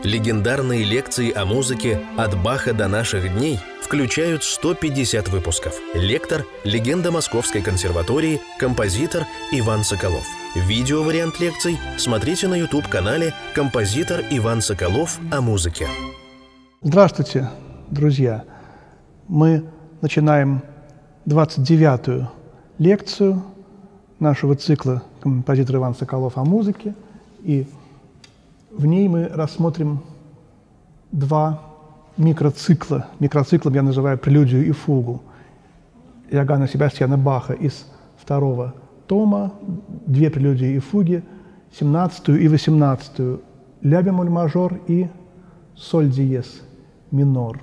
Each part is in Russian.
Легендарные лекции о музыке «От Баха до наших дней» включают 150 выпусков. Лектор – легенда Московской консерватории, композитор Иван Соколов. Видеовариант лекций смотрите на YouTube-канале «Композитор Иван Соколов о музыке». Здравствуйте, друзья! Мы начинаем 29-ю лекцию нашего цикла «Композитор Иван Соколов о музыке», и в ней мы рассмотрим два микроцикла. Микроциклом я называю «Прелюдию и фугу» Иоганна Себастьяна Баха из второго тома, две прелюдии и фуги, 17-ю и 18-ю, ля бемоль мажор и соль диез минор.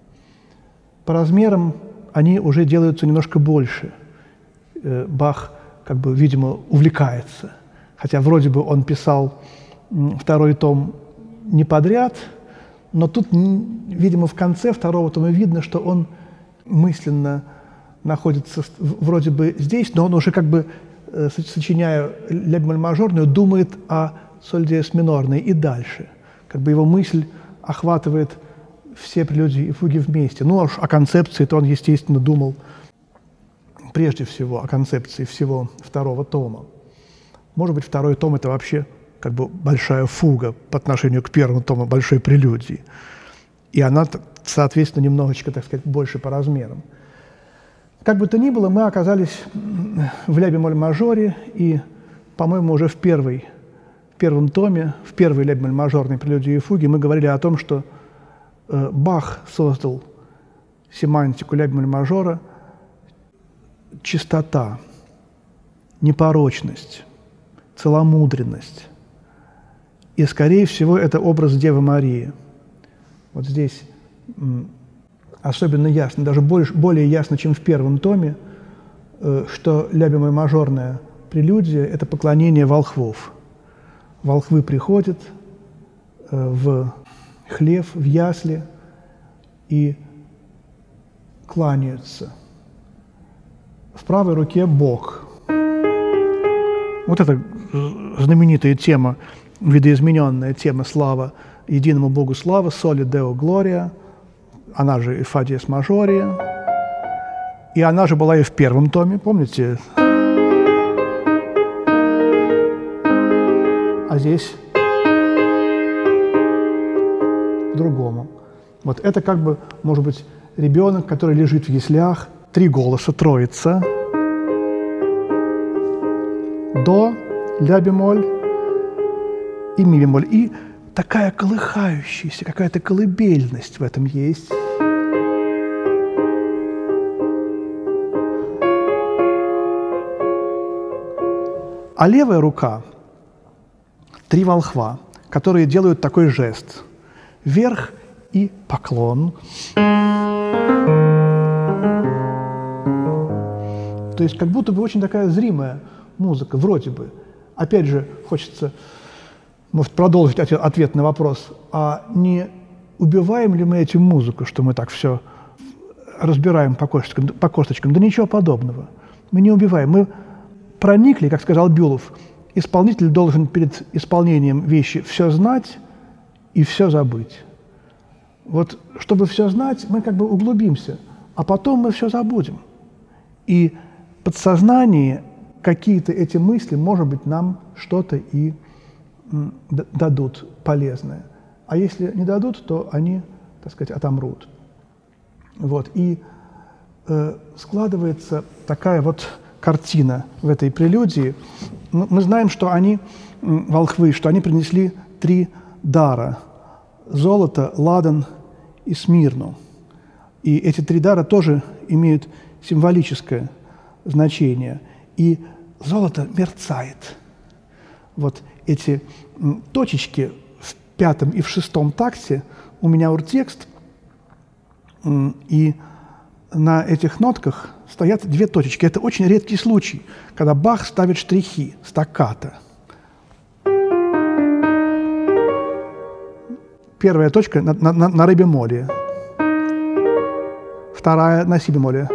По размерам они уже делаются немножко больше. Бах, видимо, увлекается. Хотя вроде бы он писал второй том не подряд, но тут, видимо, в конце второго тома видно, что он мысленно находится вроде бы здесь, но он уже сочиняя ля бемоль мажорную, думает о соль диез минорной и дальше. Его мысль охватывает все прелюдии и фуги вместе. Ну, уж о концепции-то он, естественно, думал прежде всего о концепции всего второго тома. Может быть, второй том – это вообще большая фуга по отношению к первому тому большой прелюдии. И она, соответственно, немножечко, больше по размерам. Как бы то ни было, мы оказались в ля бемоль мажоре, и, по-моему, уже в первом томе, в первой ля бемоль мажорной прелюдии и фуге мы говорили о том, что Бах создал семантику ля бемоль мажора, чистота, непорочность, целомудренность. И, скорее всего, это образ Девы Марии. Вот здесь особенно ясно, даже более ясно, чем в первом томе, что ля бемоль мажорная прелюдия – это поклонение волхвов. Волхвы приходят в хлев, в ясли и кланяются. В правой руке Бог. Вот это знаменитая тема, видоизмененная тема «Слава единому Богу слава», «Соли Део Глория», она же и «Фа диез мажория», и она же была и в первом томе, помните? А здесь по-другому. Вот это может быть, ребенок, который лежит в яслях, три голоса, троица, до, ля бемоль и ми бемоль. И такая колыхающаяся, какая-то колыбельность в этом есть. А левая рука – три волхва, которые делают такой жест. Вверх и поклон. То есть как будто бы очень такая зримая музыка, вроде бы. Опять же, хочется, может, продолжить ответ на вопрос, а не убиваем ли мы этим музыку, что мы так все разбираем по косточкам? Да ничего подобного. Мы не убиваем. Мы проникли, как сказал Бюлов, исполнитель должен перед исполнением вещи все знать и все забыть. Вот, чтобы все знать, мы углубимся, а потом мы все забудем. И в подсознании какие-то эти мысли, может быть, нам что-то и дадут полезное. А если не дадут, то они, отомрут. Вот. И складывается такая вот картина в этой прелюдии. Мы знаем, что они, волхвы, что они принесли три дара – золото, ладан и смирну. И эти три дара тоже имеют символическое значение. И золото мерцает. Вот эти точечки в пятом и в шестом такте, у меня уртекст, и на этих нотках стоят две точечки. Это очень редкий случай, когда Бах ставит штрихи, стаккато. Первая точка на ре бемоле, вторая на си бемоле.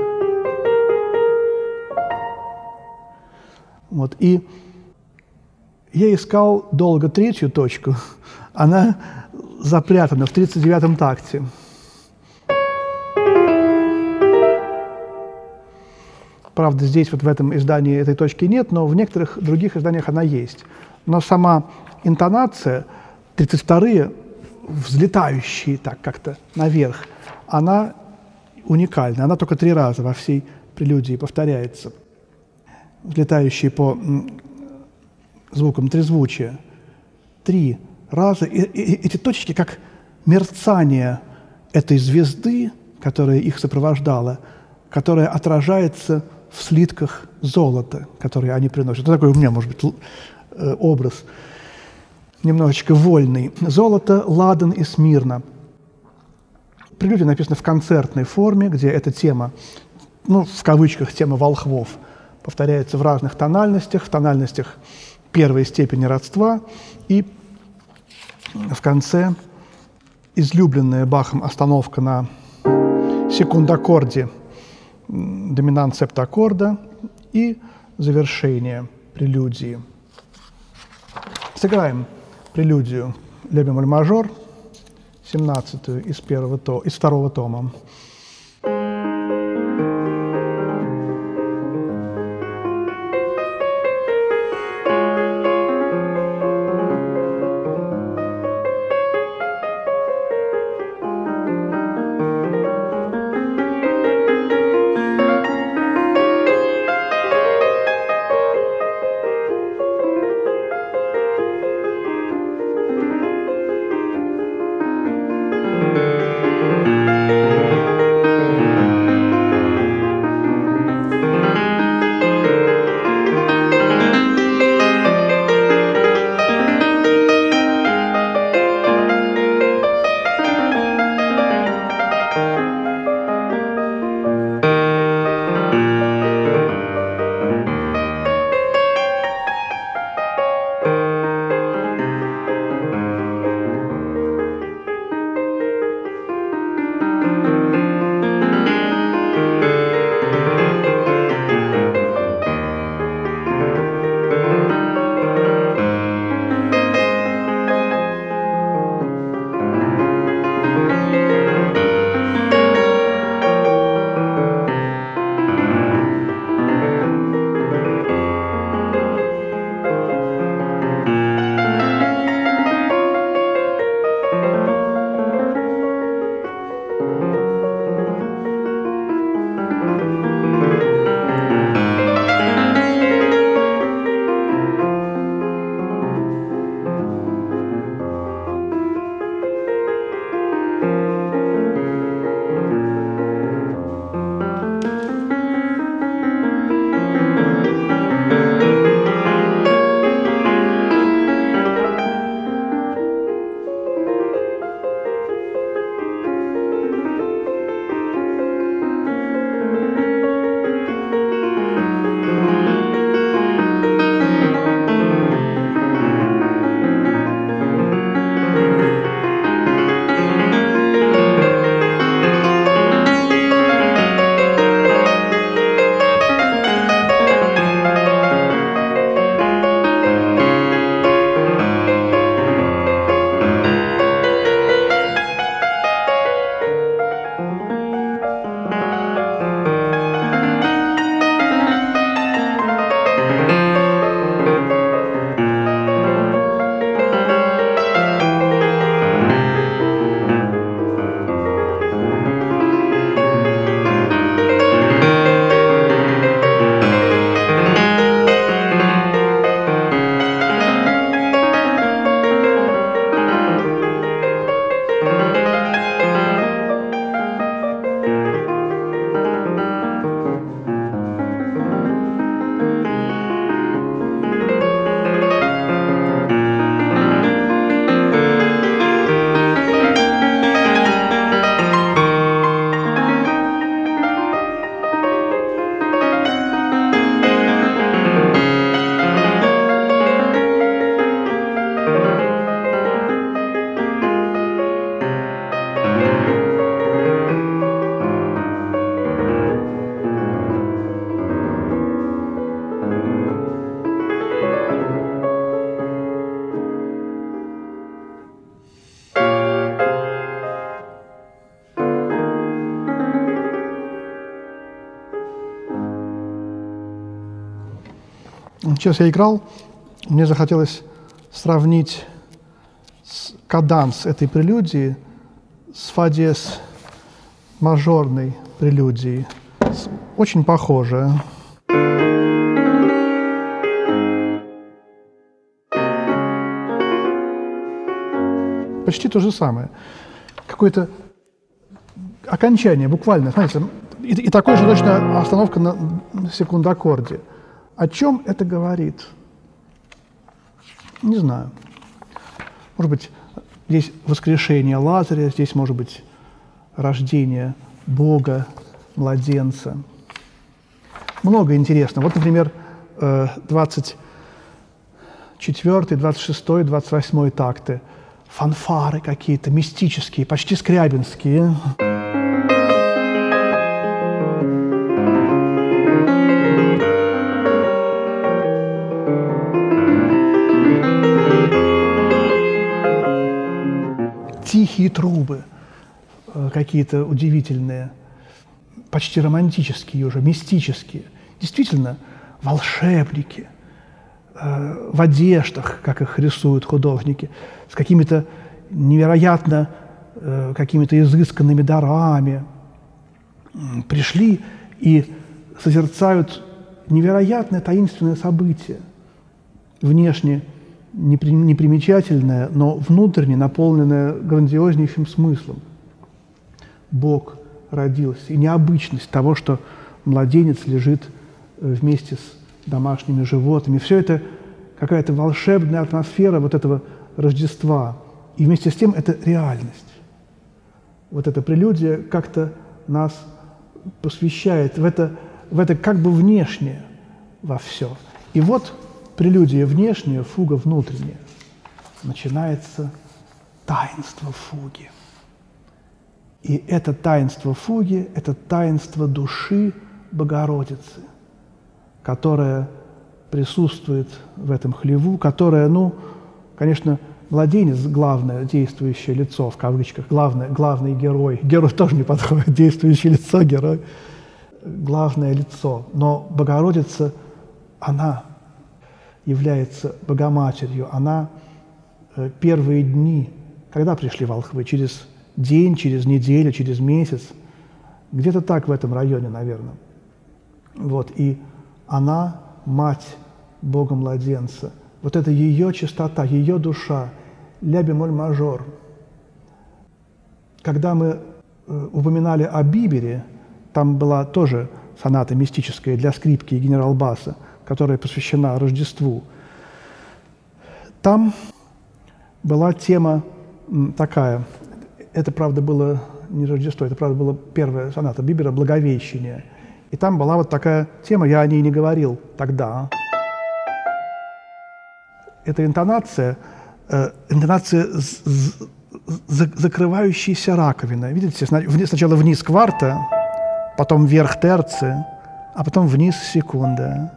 Вот. И я искал долго третью точку. Она запрятано в 39-м такте. Правда, здесь вот в этом издании этой точки нет, но в некоторых других изданиях она есть. Но сама интонация, 32-е, взлетающие так как-то наверх, она уникальна. Она только 3 раза во всей прелюдии повторяется. Взлетающие по звукам трезвучия. 3 раза. И эти точки, как мерцание этой звезды, которая их сопровождала, которая отражается в слитках золота, которые они приносят. Это такой у меня, может быть, образ немножечко вольный. Золото, ладан и смирна. Прелюдия написана в концертной форме, где эта тема, ну, в кавычках, тема волхвов, повторяется в разных тональностях, в тональностях первой степени родства, и в конце излюбленная Бахом остановка на секундаккорде, доминант септаккорда и завершение прелюдии. Сыграем прелюдию ля бемоль мажор, 17-ю из второго тома. Сейчас я играл, мне захотелось сравнить каданс этой прелюдии с фа диез мажорной прелюдией. Очень похоже. Почти то же самое. Какое-то окончание, буквально, знаете, и такой же точно остановка на секундаккорде. О чем это говорит? Не знаю. Может быть, здесь воскрешение Лазаря, здесь, может быть, рождение Бога, младенца. Много интересного. Вот, например, 24, 26, 28 такты. Фанфары какие-то мистические, почти скрябинские. Тихие трубы какие-то удивительные, почти романтические уже, мистические. Действительно, волшебники в одеждах, как их рисуют художники, с какими-то невероятно какими-то изысканными дарами, пришли и созерцают невероятное таинственное событие, внешне непримечательное, но внутренне наполненное грандиознейшим смыслом. Бог родился, и необычность того, что младенец лежит вместе с домашними животными. Все это какая-то волшебная атмосфера вот этого Рождества. И вместе с тем это реальность. Вот эта прелюдия как-то нас посвящает в это как бы внешнее во все. И вот прелюдия внешняя, фуга внутренняя. Начинается таинство фуги. И это таинство фуги – это таинство души Богородицы, которая присутствует в этом хлеву, которая, конечно, младенец – главное действующее лицо, в кавычках, главный герой. Герой тоже не подходит, действующее лицо, герой. Главное лицо. Но Богородица, она является Богоматерью. Она первые дни, когда пришли волхвы? Через день, через неделю, через месяц. Где-то так в этом районе, наверное. Вот. И она – мать Бога-младенца. Вот это ее чистота, ее душа, ля бемоль мажор. Когда мы упоминали о Бибере, там была тоже соната мистическая для скрипки и генерал-баса, которая посвящена Рождеству. Там была тема такая, это, правда, было не Рождество, это, правда, была первая соната Бибера «Благовещение». И там была вот такая тема, я о ней не говорил тогда. Это интонация закрывающейся раковины. Видите, сначала вниз кварта, потом вверх терция, а потом вниз секунда.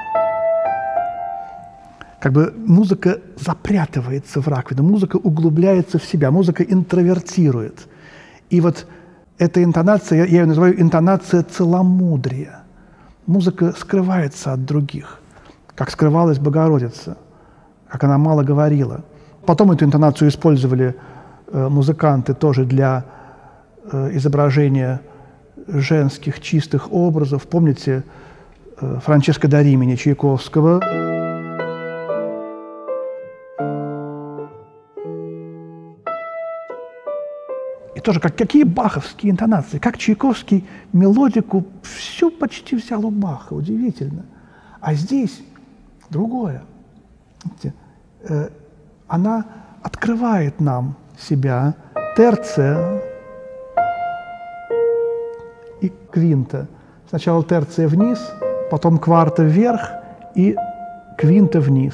Как бы музыка запрятывается в раковину, музыка углубляется в себя, музыка интровертирует. И вот эта интонация, я ее называю интонация целомудрия. Музыка скрывается от других, как скрывалась Богородица, как она мало говорила. Потом эту интонацию использовали музыканты тоже для изображения женских чистых образов. Помните Франческо да Римини Чайковского? И тоже какие баховские интонации, как Чайковский мелодику всю почти взял у Баха, удивительно. А здесь другое. Видите, она открывает нам себя, терция и квинта. Сначала терция вниз, потом кварта вверх и квинта вниз.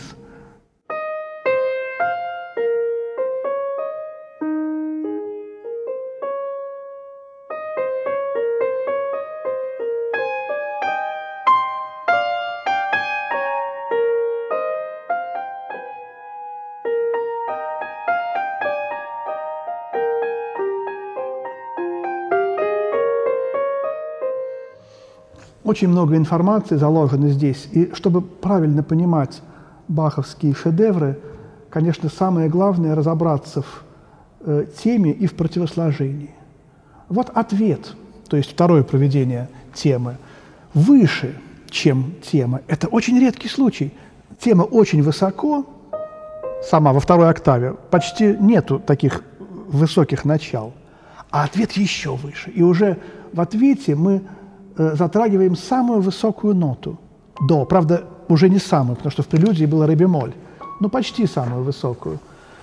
Очень много информации заложено здесь. И чтобы правильно понимать баховские шедевры, конечно, самое главное – разобраться в теме и в противосложении. Вот ответ, то есть второе проведение темы, выше, чем тема. Это очень редкий случай. Тема очень высоко, сама во второй октаве, почти нету таких высоких начал, а ответ еще выше. И уже в ответе мы затрагиваем самую высокую ноту – до. Правда, уже не самую, потому что в прелюдии было ре бемоль, но почти самую высокую.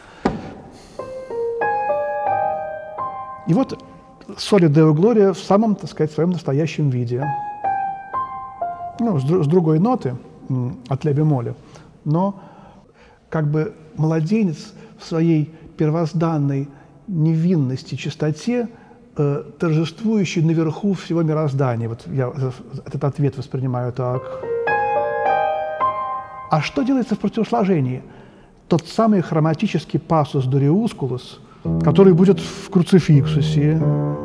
И вот соли Део Глория в самом, так сказать, своем настоящем виде. Ну, с другой ноты, от ля бемоля, но как бы младенец в своей первозданной невинности, чистоте, торжествующий наверху всего мироздания. Вот я этот ответ воспринимаю так. А что делается в противосложении? Тот самый хроматический пассус дориускулус, который будет в круцификсусе,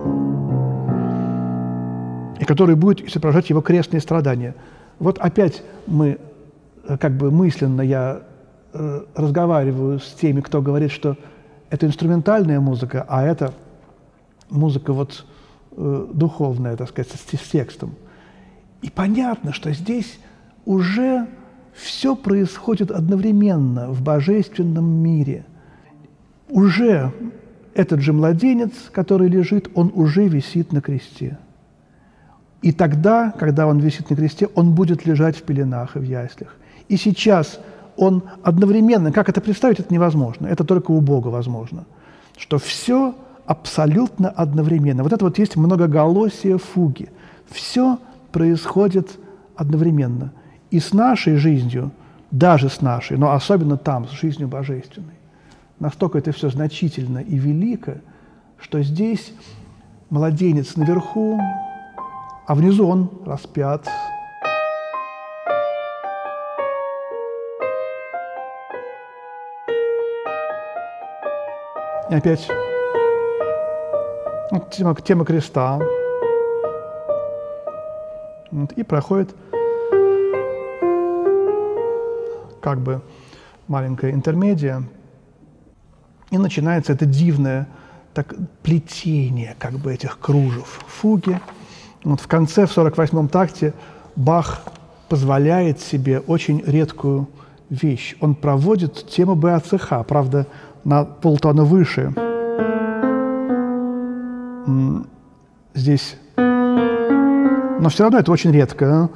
и который будет изображать его крестные страдания. Вот опять мы, как бы мысленно я разговариваю с теми, кто говорит, что это инструментальная музыка, а это музыка вот духовная, так сказать, с текстом. И понятно, что здесь уже все происходит одновременно в божественном мире. Уже этот же младенец, который лежит, он уже висит на кресте. И тогда, когда он висит на кресте, он будет лежать в пеленах и в яслях. И сейчас он одновременно, как это представить, это невозможно, это только у Бога возможно, что все абсолютно одновременно. Вот это вот есть многоголосие фуги. Все происходит одновременно. И с нашей жизнью, даже с нашей, но особенно там, с жизнью божественной, настолько это все значительно и велико, что здесь младенец наверху, а внизу он распят. И опять вот тема креста. Вот, и проходит как бы маленькая интермедия, и начинается это дивное так, плетение как бы этих кружев фуги. Вот в конце, в 48-м такте, Бах позволяет себе очень редкую вещь. Он проводит тему БАЦХ, правда, на полтона выше. Здесь, но все равно это очень редко.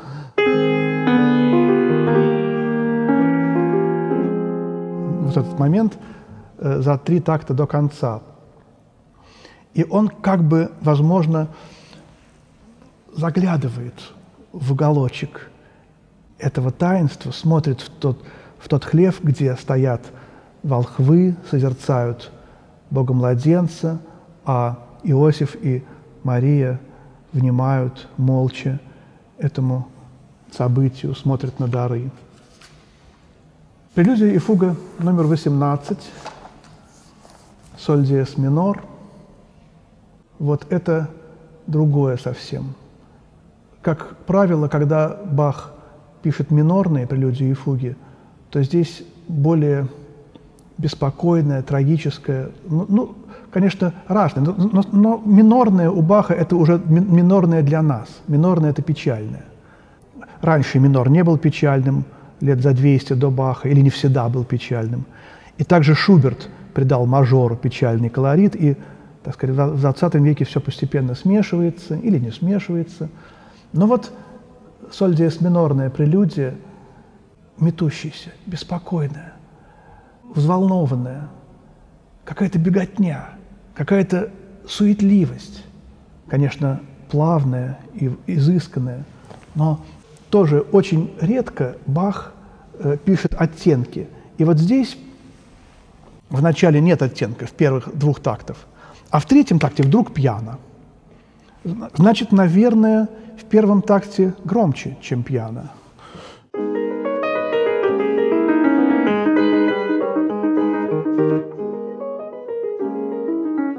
Вот этот момент за 3 такта до конца. И он как бы, возможно, заглядывает в уголочек этого таинства, смотрит в тот хлев, где стоят волхвы, созерцают Бога-младенца, а Иосиф и Мария внимают молча этому событию, смотрят на дары. Прелюдия и фуга номер 18, соль диез минор. Вот это другое совсем. Как правило, когда Бах пишет минорные прелюдии и фуги, то здесь более беспокойное, трагическое, ну конечно, разное, но минорное у Баха – это уже минорное для нас, минорное – это печальное. Раньше минор не был печальным, лет за 200 до Баха, или не всегда был печальным. И также Шуберт придал мажору печальный колорит, и, так сказать, в 20 веке все постепенно смешивается или не смешивается. Но вот соль диез минорная прелюдия метущаяся, беспокойная, взволнованная, какая-то беготня, какая-то суетливость, конечно, плавная и изысканная, но тоже очень редко Бах пишет оттенки. И вот здесь в начале нет оттенка, в первых 2 тактов, а в 3-м такте вдруг пьяно. Значит, наверное, в 1-м такте громче, чем пьяно.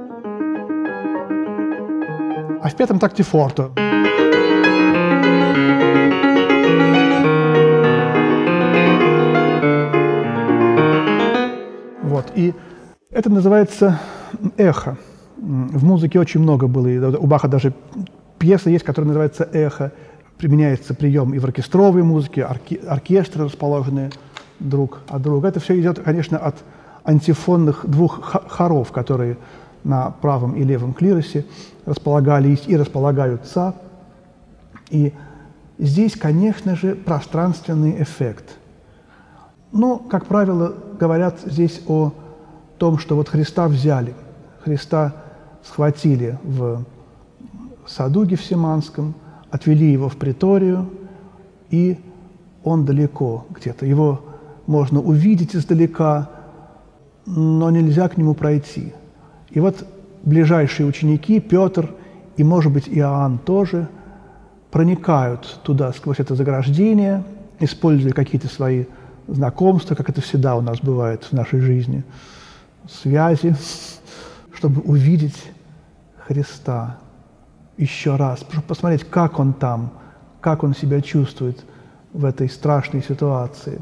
А в 5-м такте форте. и это называется эхо. В музыке очень много было. У Баха даже пьеса есть, которая называется «Эхо». Применяется прием и в оркестровой музыке, оркестры расположены друг от друга. Это все идет, конечно, от антифонных двух хоров, которые на правом и левом клиросе располагались и располагаются. И здесь, конечно же, пространственный эффект. Но, как правило, говорят здесь о том, что вот Христа взяли, Христа схватили в саду Гефсиманском, отвели его в приторию, и он далеко где-то. Его можно увидеть издалека, но нельзя к нему пройти. И вот ближайшие ученики, Петр и, может быть, Иоанн тоже, проникают туда сквозь это заграждение, используя какие-то свои знакомства, как это всегда у нас бывает в нашей жизни, связи, чтобы увидеть Христа еще раз, посмотреть, как он там, как он себя чувствует в этой страшной ситуации.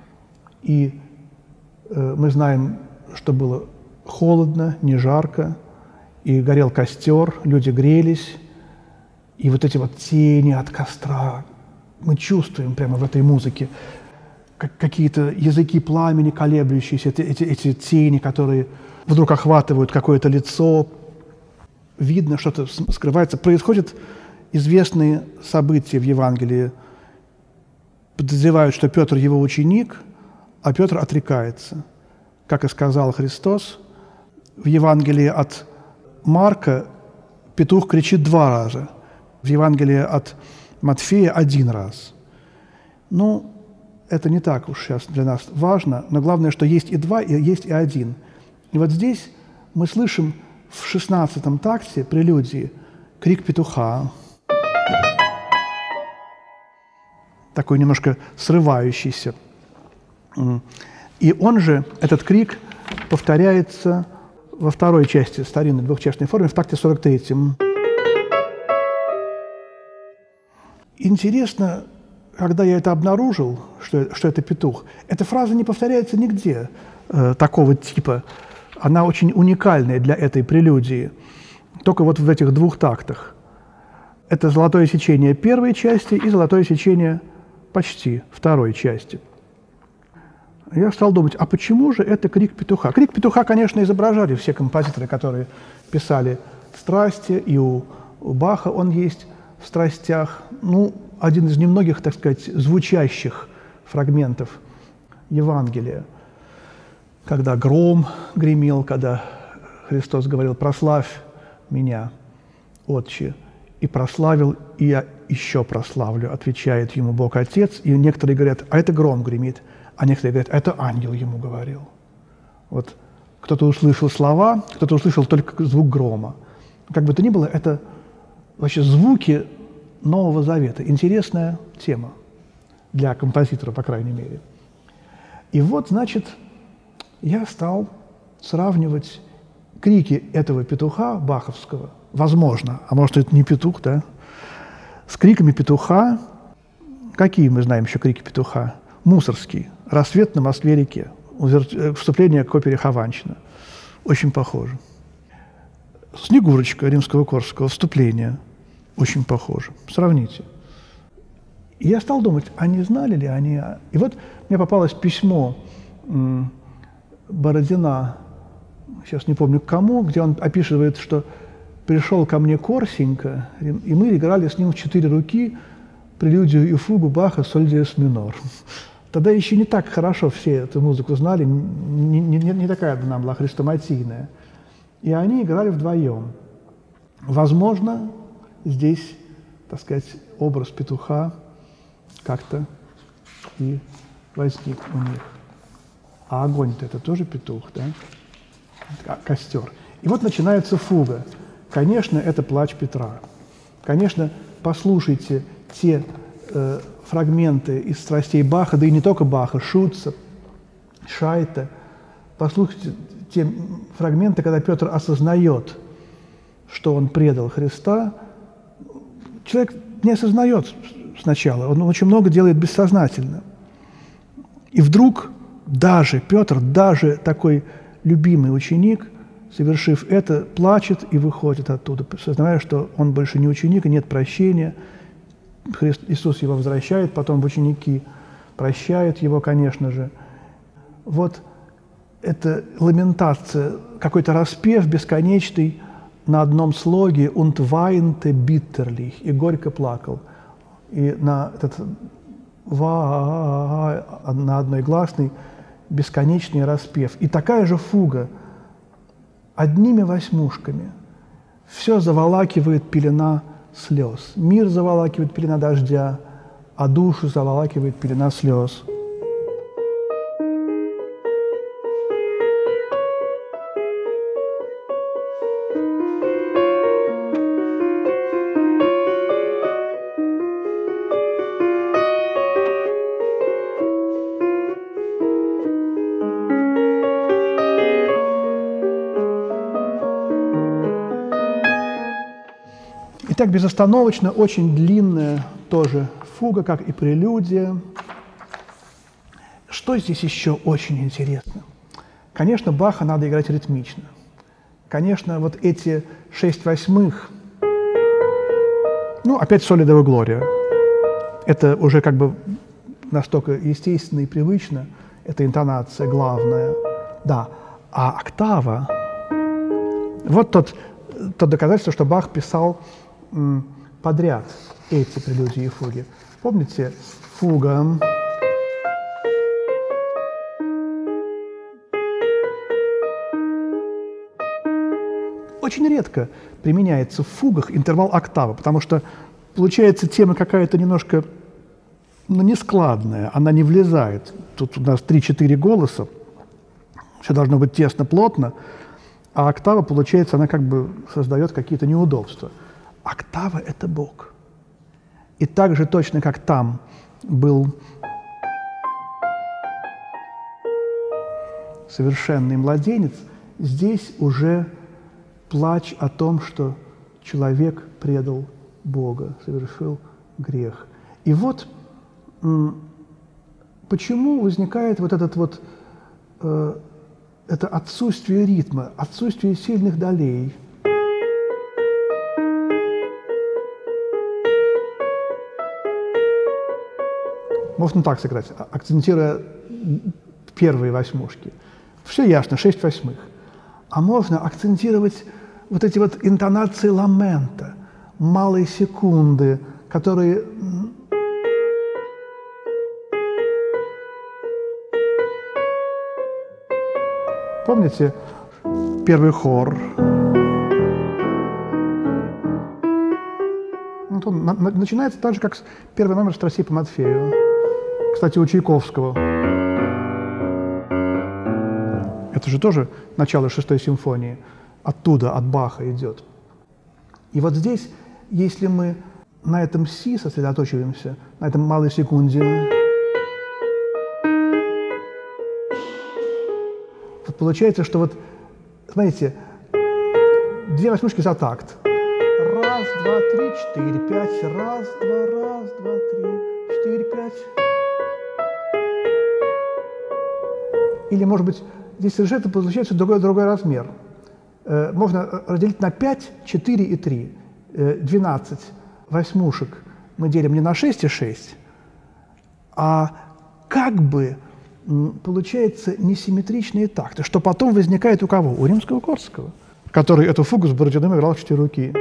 И мы знаем, что было холодно, не жарко, и горел костер, люди грелись, и вот эти вот тени от костра мы чувствуем прямо в этой музыке, какие-то языки пламени колеблющиеся, эти тени, которые вдруг охватывают какое-то лицо, видно, что-то скрывается. Происходят известные события в Евангелии. Подозревают, что Петр его ученик, а Петр отрекается. Как и сказал Христос, в Евангелии от Марка петух кричит 2 раза, в Евангелии от Матфея 1 раз. Ну, это не так уж сейчас для нас важно, но главное, что есть и 2, и есть и 1. И вот здесь мы слышим в 16-м такте прелюдии крик петуха, такой немножко срывающийся. И он же, этот крик, повторяется во второй части старинной двухчастной формы, в такте 43-м. Интересно, когда я это обнаружил, что это петух, эта фраза не повторяется нигде такого типа. Она очень уникальная для этой прелюдии, только вот в этих 2 тактах. Это золотое сечение первой части и золотое сечение почти второй части. Я стал думать, а почему же это крик петуха? Крик петуха, конечно, изображали все композиторы, которые писали страсти, и у Баха он есть в страстях. Ну, один из немногих, так сказать, звучащих фрагментов Евангелия. Когда гром гремел, когда Христос говорил: «Прославь меня, Отче», и прославил, и я еще прославлю, отвечает ему Бог Отец. И некоторые говорят: а это гром гремит, а некоторые говорят: а это ангел ему говорил. Вот кто-то услышал слова, кто-то услышал только звук грома. Как бы то ни было, это вообще звуки Нового Завета. Интересная тема для композитора, по крайней мере. И вот, значит, я стал сравнивать крики этого петуха баховского, возможно, а может, это не петух, да, с криками петуха. Какие мы знаем еще крики петуха? Мусорский, «Рассвет на Москве-реке», вступление к опере «Хованщина». Очень похоже. «Снегурочка» Римского-Корсакова, вступление. Очень похоже. Сравните. И я стал думать, а не знали ли они... И вот мне попалось письмо Бородина, сейчас не помню к кому, где он описывает, что пришел ко мне Корсенька, и мы играли с ним в 4 руки прелюдию и фугу Баха соль диез минор. Тогда еще не так хорошо все эту музыку знали, не такая она была хрестоматийная. И они играли вдвоем. Возможно, здесь, так сказать, образ петуха как-то и возник у них. А огонь-то это тоже петух, да? Костер. И вот начинается фуга. Конечно, это плач Петра. Конечно, послушайте те фрагменты из страстей Баха, да и не только Баха, Шутца, Шайта. Послушайте те фрагменты, когда Петр осознает, что он предал Христа. Человек не осознает сначала, он очень много делает бессознательно. И вдруг даже Петр, даже такой любимый ученик, совершив это, плачет и выходит оттуда, сознавая, что он больше не ученик, и нет прощения. Иисус его возвращает, потом ученики прощают его, конечно же. Вот это ламентация, какой-то распев бесконечный на одном слоге «und weinte bitterlich» и горько плакал. И на этот на одной гласной бесконечный распев. И такая же фуга одними восьмушками. Все заволакивает пелена слез. Мир заволакивает пелена дождя, а душу заволакивает пелена слез. Так безостановочно, очень длинная тоже фуга, как и прелюдия. Что здесь еще очень интересно? Конечно, Баха надо играть ритмично. Конечно, вот эти 6/8, опять соли део глория. Это уже как бы настолько естественно и привычно, это интонация главная. Да, а октава, вот тот доказательство, что Бах писал подряд эти прелюдии и фуги. Помните, фуга очень редко применяется в фугах интервал октава, потому что получается тема какая-то немножко нескладная, она не влезает. Тут у нас 3-4 голоса, все должно быть тесно, плотно, а октава, получается, она как бы создает какие-то неудобства. Октава – это Бог. И так же точно, как там был совершенный младенец, здесь уже плач о том, что человек предал Бога, совершил грех. И вот почему возникает вот этот вот это отсутствие ритма, отсутствие сильных долей. Можно так сыграть, акцентируя первые восьмушки. Все ясно, 6/8. А можно акцентировать вот эти вот интонации ламента, малые секунды, которые... Помните первый хор? Он начинается так же, как первый номер «Страстей по Матфею». Кстати, у Чайковского. Это же тоже начало 6-й симфонии. Оттуда, от Баха идет. И вот здесь, если мы на этом си сосредоточиваемся, на этом малой секунде, вот получается, что вот, смотрите, 2 восьмушки за такт. 1, 2, 3, 4, 5. 1, 2, 1, 2, 3, 4, 5. Или, может быть, здесь совершенно получается другой размер. Можно разделить на 5, 4 и 3. 12 восьмушек мы делим не на 6,6, а как бы получается несимметричные такты, что потом возникает у кого? У Римского-Корсакова, который эту фугу с Бородиным играл в 4 руки.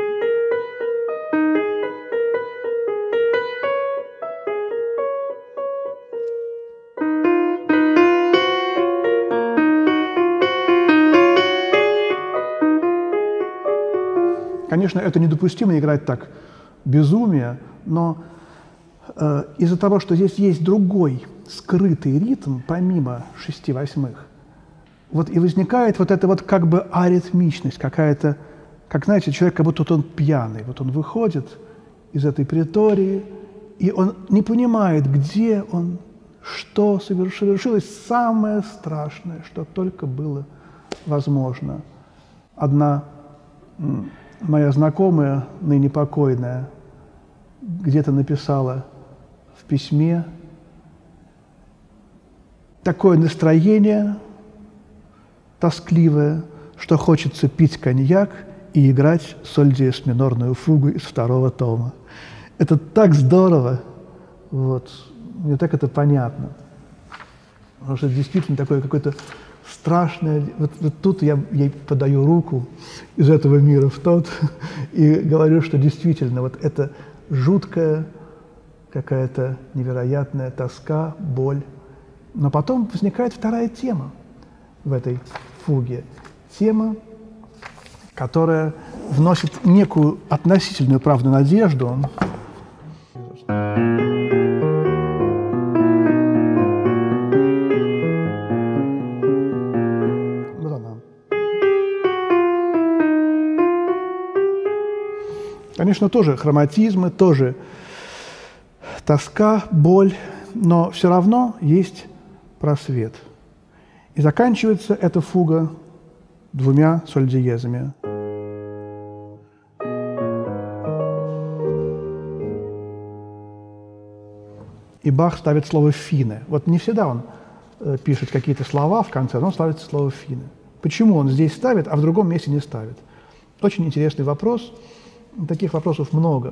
Конечно, это недопустимо играть так, безумие, но из-за того, что здесь есть другой скрытый ритм, помимо 6/8, вот и возникает вот эта вот как бы аритмичность, какая-то, как, знаете, человек, как будто он пьяный. Вот он выходит из этой претории, и он не понимает, где он, что совершилось самое страшное, что только было возможно. Одна моя знакомая, ныне покойная, где-то написала в письме: такое настроение, тоскливая, что хочется пить коньяк и играть соль диез минорную фугу из 2-го тома. Это так здорово, вот, мне так это понятно. Потому что это действительно такое какое-то страшное. Вот тут я ей подаю руку из этого мира в тот и говорю, что действительно вот это жуткая какая-то невероятная тоска, боль. Но потом возникает вторая тема в этой фуге. Тема, которая вносит некую относительную, правда, надежду. Вот она. Конечно, тоже хроматизмы, тоже тоска, боль, но все равно есть просвет. И заканчивается эта фуга 2 соль-диезами. И Бах ставит слово «фине». Вот не всегда он пишет какие-то слова в конце, но он ставит слово «фине». Почему он здесь ставит, а в другом месте не ставит? Очень интересный вопрос. Таких вопросов много.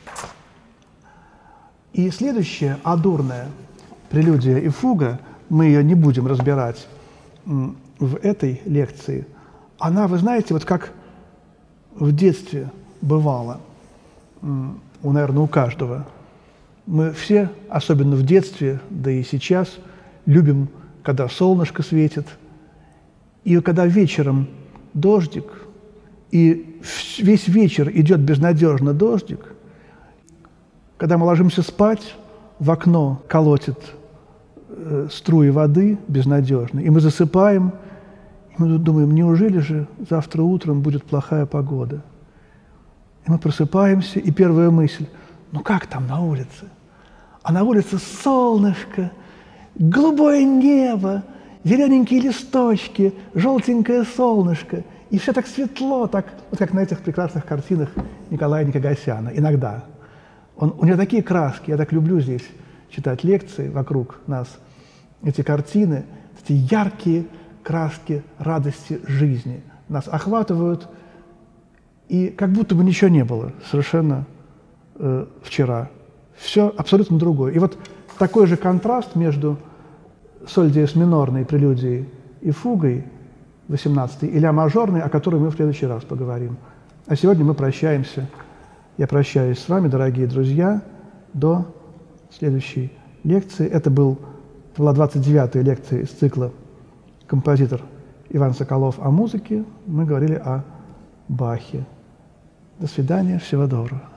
И следующая адурная прелюдия и фуга, мы ее не будем разбирать в этой лекции, она, вы знаете, вот как в детстве бывало, наверное, у каждого. Мы все, особенно в детстве, да и сейчас, любим, когда солнышко светит, и когда вечером дождик, и весь вечер идет безнадежно дождик, когда мы ложимся спать, в окно колотит струи воды безнадежно, и мы засыпаем, и мы думаем, неужели же завтра утром будет плохая погода? И мы просыпаемся, и первая мысль, ну как там на улице? А на улице солнышко, голубое небо, зелененькие листочки, желтенькое солнышко, и все так светло, так, вот как на этих прекрасных картинах Николая Никогасяна, иногда. У него такие краски, я так люблю здесь читать лекции вокруг нас, эти картины, эти яркие краски радости жизни нас охватывают, и как будто бы ничего не было совершенно вчера. Все абсолютно другое. И вот такой же контраст между соль диез минорной прелюдией и фугой 18-й и ля мажорной, о которой мы в следующий раз поговорим. А сегодня мы прощаемся. Я прощаюсь с вами, дорогие друзья, до следующей лекции. Это была 29-я лекция из цикла «Композитор Иван Соколов о музыке». Мы говорили о Бахе. До свидания, всего доброго.